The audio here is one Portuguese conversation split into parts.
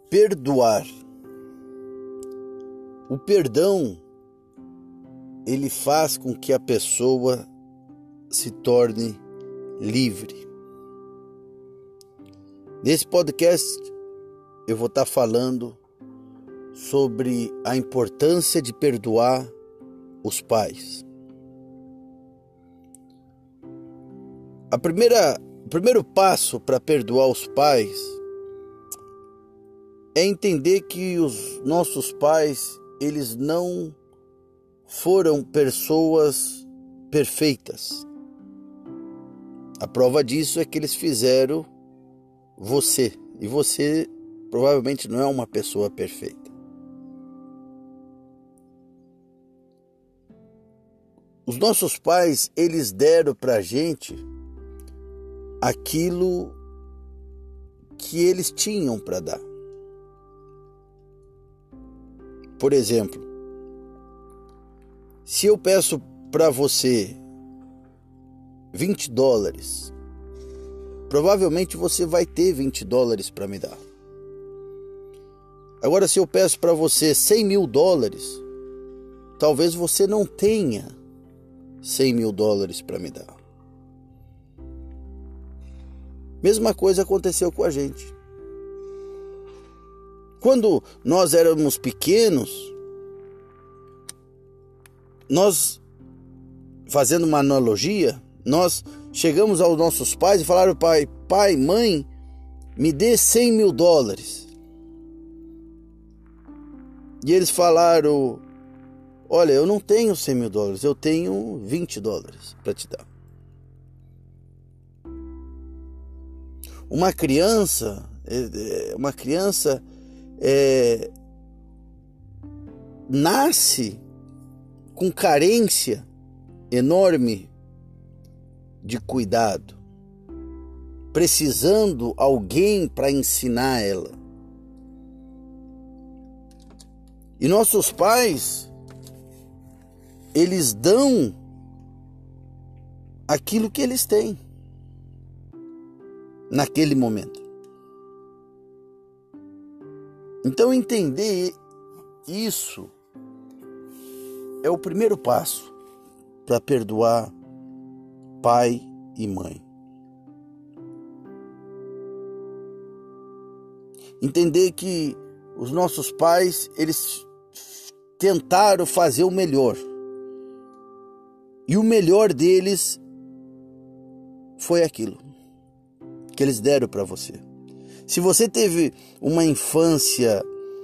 Perdoar. O perdão, ele faz com que a pessoa se torne livre. Nesse podcast, eu vou estar falando sobre a importância de perdoar os pais. O primeiro passo para perdoar os pais é entender que os nossos pais, eles não foram pessoas perfeitas. A prova disso é que eles fizeram você, e você provavelmente não é uma pessoa perfeita. Os nossos pais, eles deram pra gente aquilo que eles tinham para dar. Por exemplo, se eu peço para você $20, provavelmente você vai ter $20 para me dar. Agora, se eu peço para você $100 mil, talvez você não tenha $100 mil para me dar. Mesma coisa aconteceu com a gente. Quando nós éramos pequenos, nós, fazendo uma analogia, nós chegamos aos nossos pais e falaram: pai, mãe, me dê $100 mil. E eles falaram: olha, eu não tenho $100 mil, eu tenho $20 para te dar. Uma criança nasce com carência enorme de cuidado, precisando alguém para ensinar ela. E nossos pais, eles dão aquilo que eles têm naquele momento. Então, entender isso é o primeiro passo para perdoar pai e mãe. Entender que os nossos pais, eles tentaram fazer o melhor. E o melhor deles foi aquilo que eles deram para você. Se você teve uma infância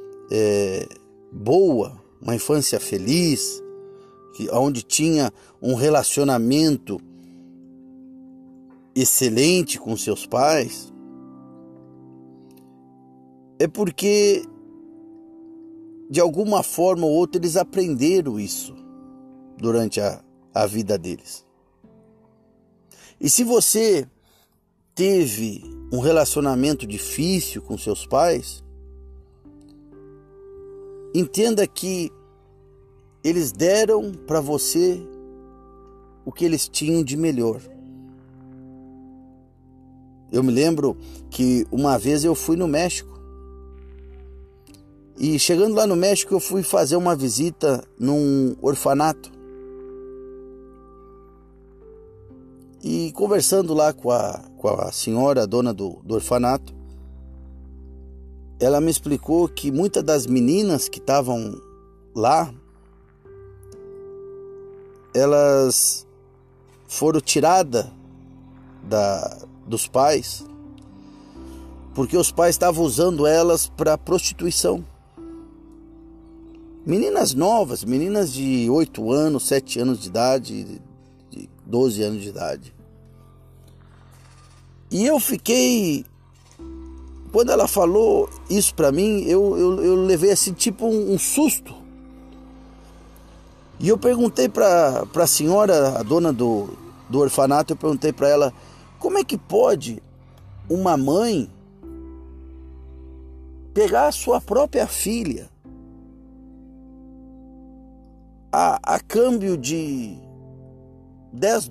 boa, uma infância feliz, onde tinha um relacionamento excelente com seus pais, é porque de alguma forma ou outra eles aprenderam isso durante a vida deles. E se você teve um relacionamento difícil com seus pais, entenda que eles deram para você o que eles tinham de melhor. Eu me lembro que uma vez eu fui no México. E chegando lá no México, eu fui fazer uma visita num orfanato. E conversando lá com a senhora, a dona do orfanato, ela me explicou que muitas das meninas que estavam lá, elas foram tiradas dos pais, porque os pais estavam usando elas para prostituição. Meninas novas, meninas de 8 anos, 7 anos de idade, de 12 anos de idade. E eu fiquei... Quando ela falou isso para mim, eu levei assim, tipo um susto. E eu perguntei para a senhora, a dona do orfanato, eu perguntei para ela: como é que pode uma mãe pegar a sua própria filha a câmbio de $10,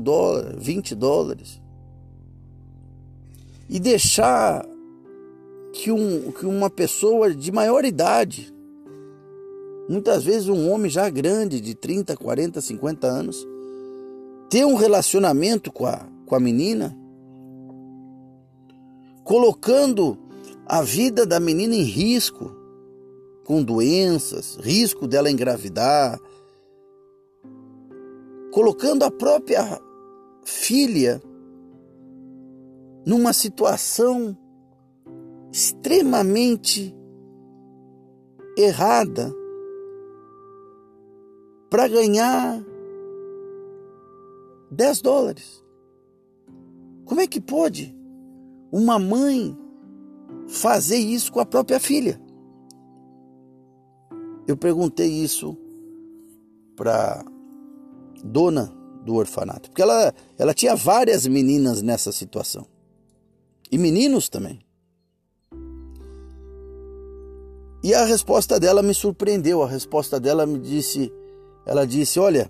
$5, $20 e deixar que uma pessoa de maior idade, muitas vezes um homem já grande, de 30, 40, 50 anos, ter um relacionamento com a menina, colocando a vida da menina em risco, com doenças, risco dela engravidar, colocando a própria filha numa situação extremamente errada para ganhar $10. Como é que pode uma mãe fazer isso com a própria filha? Eu perguntei isso para dona do orfanato, porque ela tinha várias meninas nessa situação, e meninos também. E a resposta dela me surpreendeu. A resposta dela ela disse: olha,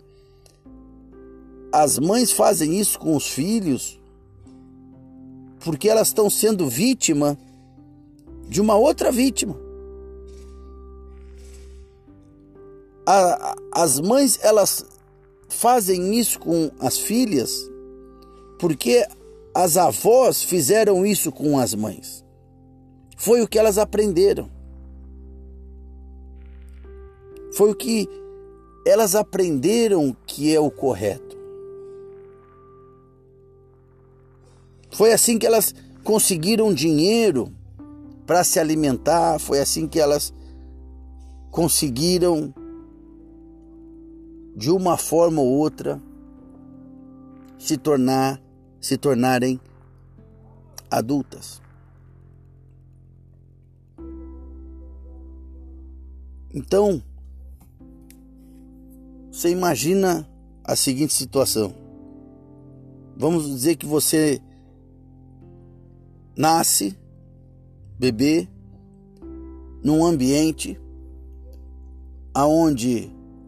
as mães fazem isso com os filhos porque elas estão sendo vítima de uma outra vítima. As mães, elas fazem isso com as filhas porque as avós fizeram isso com as mães. Foi o que elas aprenderam. Foi o que elas aprenderam que é o correto. Foi assim que elas conseguiram dinheiro para se alimentar. Foi assim que elas conseguiram, de uma forma ou outra, se tornarem adultas. Então, você imagina a seguinte situação. Vamos dizer que você nasce, bebê, num ambiente aonde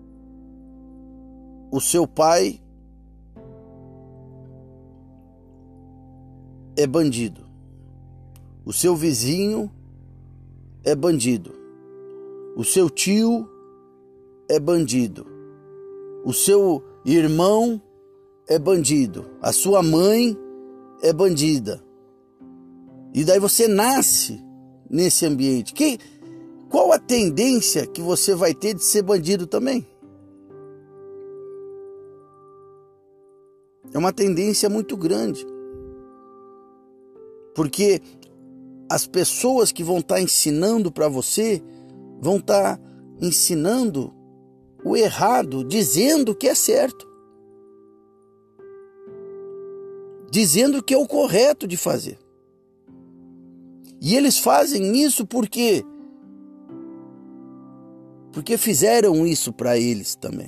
o seu pai é bandido, o seu vizinho é bandido, o seu tio é bandido, o seu irmão é bandido, a sua mãe é bandida. E daí você nasce nesse ambiente. Qual a tendência que você vai ter de ser bandido também? É uma tendência muito grande. Porque as pessoas que vão estar ensinando para você vão estar ensinando o errado, dizendo que é certo, dizendo que é o correto de fazer. E eles fazem isso porque fizeram isso para eles também.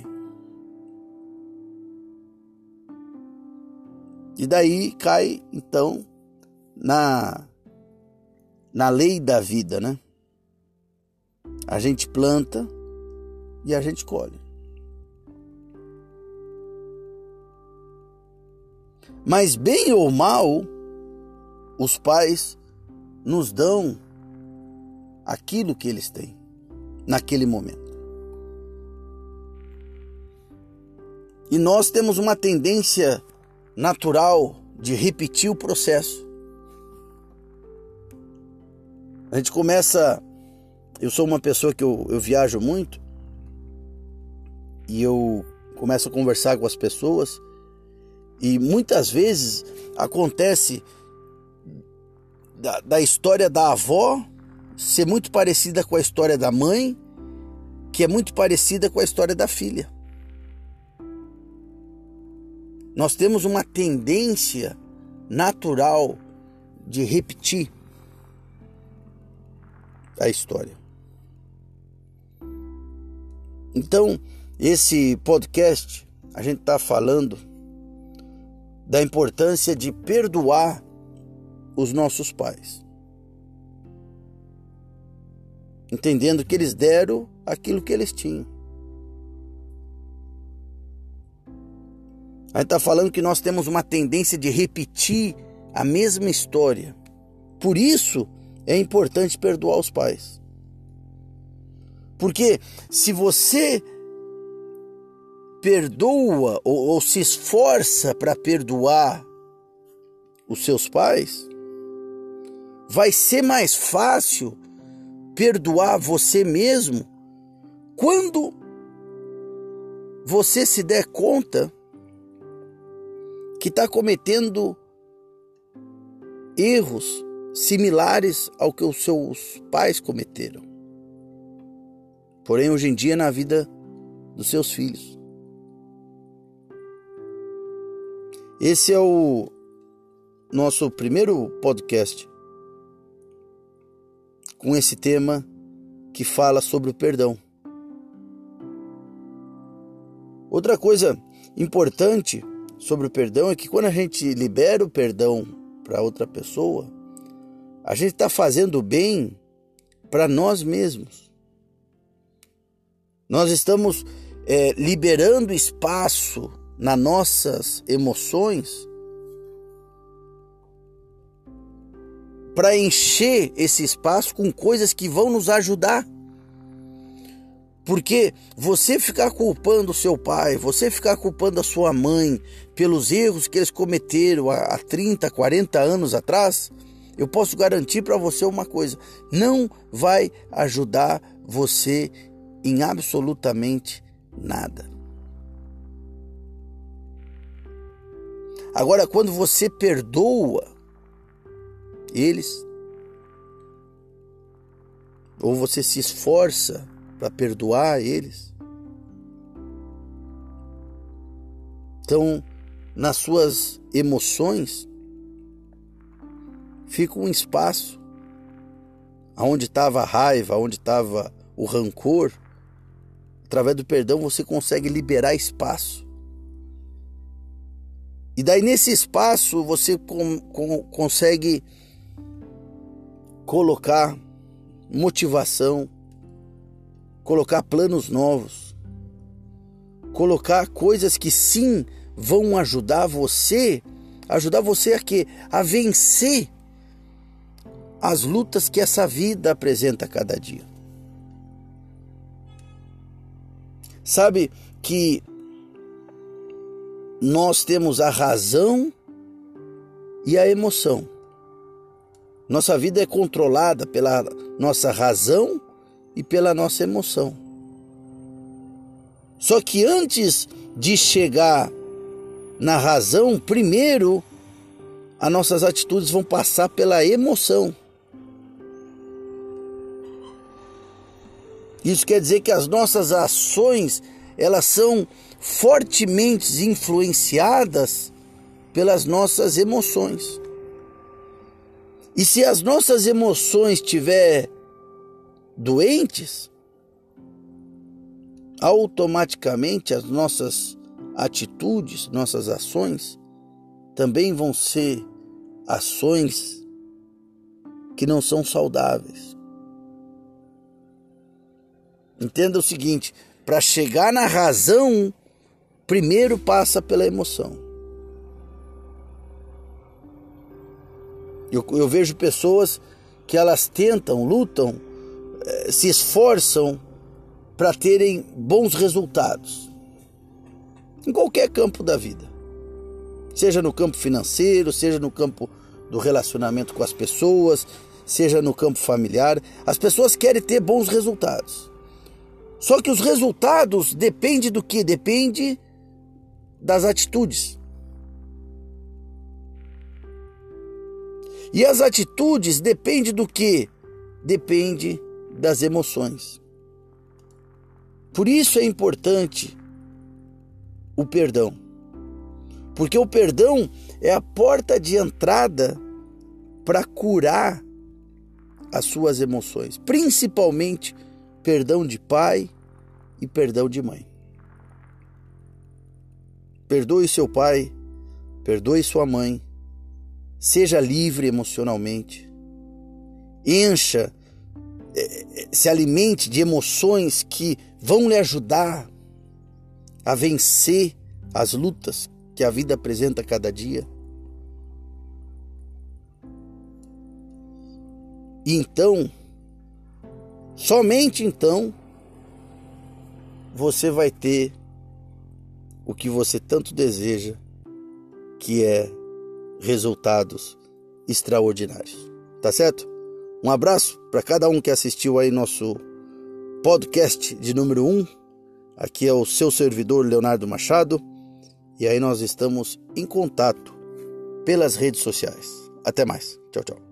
E daí cai, então, na lei da vida, né? A gente planta e a gente colhe. Mas bem ou mal, os pais nos dão aquilo que eles têm naquele momento. E nós temos uma tendência natural de repetir o processo. A gente começa... Eu sou uma pessoa que eu viajo muito e eu começo a conversar com as pessoas e muitas vezes acontece da história da avó ser muito parecida com a história da mãe, que é muito parecida com a história da filha. Nós temos uma tendência natural de repetir a história. Então, esse podcast, a gente está falando da importância de perdoar os nossos pais, entendendo que eles deram aquilo que eles tinham. A gente está falando que nós temos uma tendência de repetir a mesma história. Por isso é importante perdoar os pais. Porque se você perdoa ou se esforça para perdoar os seus pais, vai ser mais fácil perdoar você mesmo quando você se der conta que está cometendo erros similares ao que os seus pais cometeram. Porém, hoje em dia, na vida dos seus filhos. Esse é o nosso primeiro podcast com esse tema que fala sobre o perdão. Outra coisa importante sobre o perdão é que quando a gente libera o perdão para outra pessoa, a gente está fazendo bem para nós mesmos. Nós estamos liberando espaço nas nossas emoções para encher esse espaço com coisas que vão nos ajudar. Porque você ficar culpando o seu pai, você ficar culpando a sua mãe pelos erros que eles cometeram há 30, 40 anos atrás, eu posso garantir para você uma coisa: não vai ajudar você em absolutamente nada. Agora, quando você perdoa eles, ou você se esforça para perdoar eles, então nas suas emoções fica um espaço onde estava a raiva, onde estava o rancor. Através do perdão você consegue liberar espaço. E daí nesse espaço você consegue colocar motivação, colocar planos novos, colocar coisas que sim vão ajudar você a quê? A vencer as lutas que essa vida apresenta a cada dia. Sabe que nós temos a razão e a emoção. Nossa vida é controlada pela nossa razão e pela nossa emoção. Só que antes de chegar na razão, primeiro as nossas atitudes vão passar pela emoção. Isso quer dizer que as nossas ações, elas são fortemente influenciadas pelas nossas emoções. E se as nossas emoções estiverem doentes, automaticamente as nossas atitudes, nossas ações, também vão ser ações que não são saudáveis. Entenda o seguinte: para chegar na razão, primeiro passa pela emoção. Eu vejo pessoas que elas tentam, lutam, se esforçam para terem bons resultados em qualquer campo da vida, seja no campo financeiro, seja no campo do relacionamento com as pessoas, seja no campo familiar. As pessoas querem ter bons resultados. Só que os resultados dependem do quê? Depende das atitudes. E as atitudes dependem do quê? Depende das emoções. Por isso é importante o perdão. Porque o perdão é a porta de entrada para curar as suas emoções. Principalmente perdão de pai e perdão de mãe. Perdoe seu pai, perdoe sua mãe, seja livre emocionalmente, encha, se alimente de emoções que vão lhe ajudar a vencer as lutas que a vida apresenta a cada dia. E então, somente então, você vai ter o que você tanto deseja, que é resultados extraordinários. Tá certo? Um abraço para cada um que assistiu aí nosso podcast de número 1. Aqui é o seu servidor Leonardo Machado. E aí nós estamos em contato pelas redes sociais. Até mais. Tchau, tchau.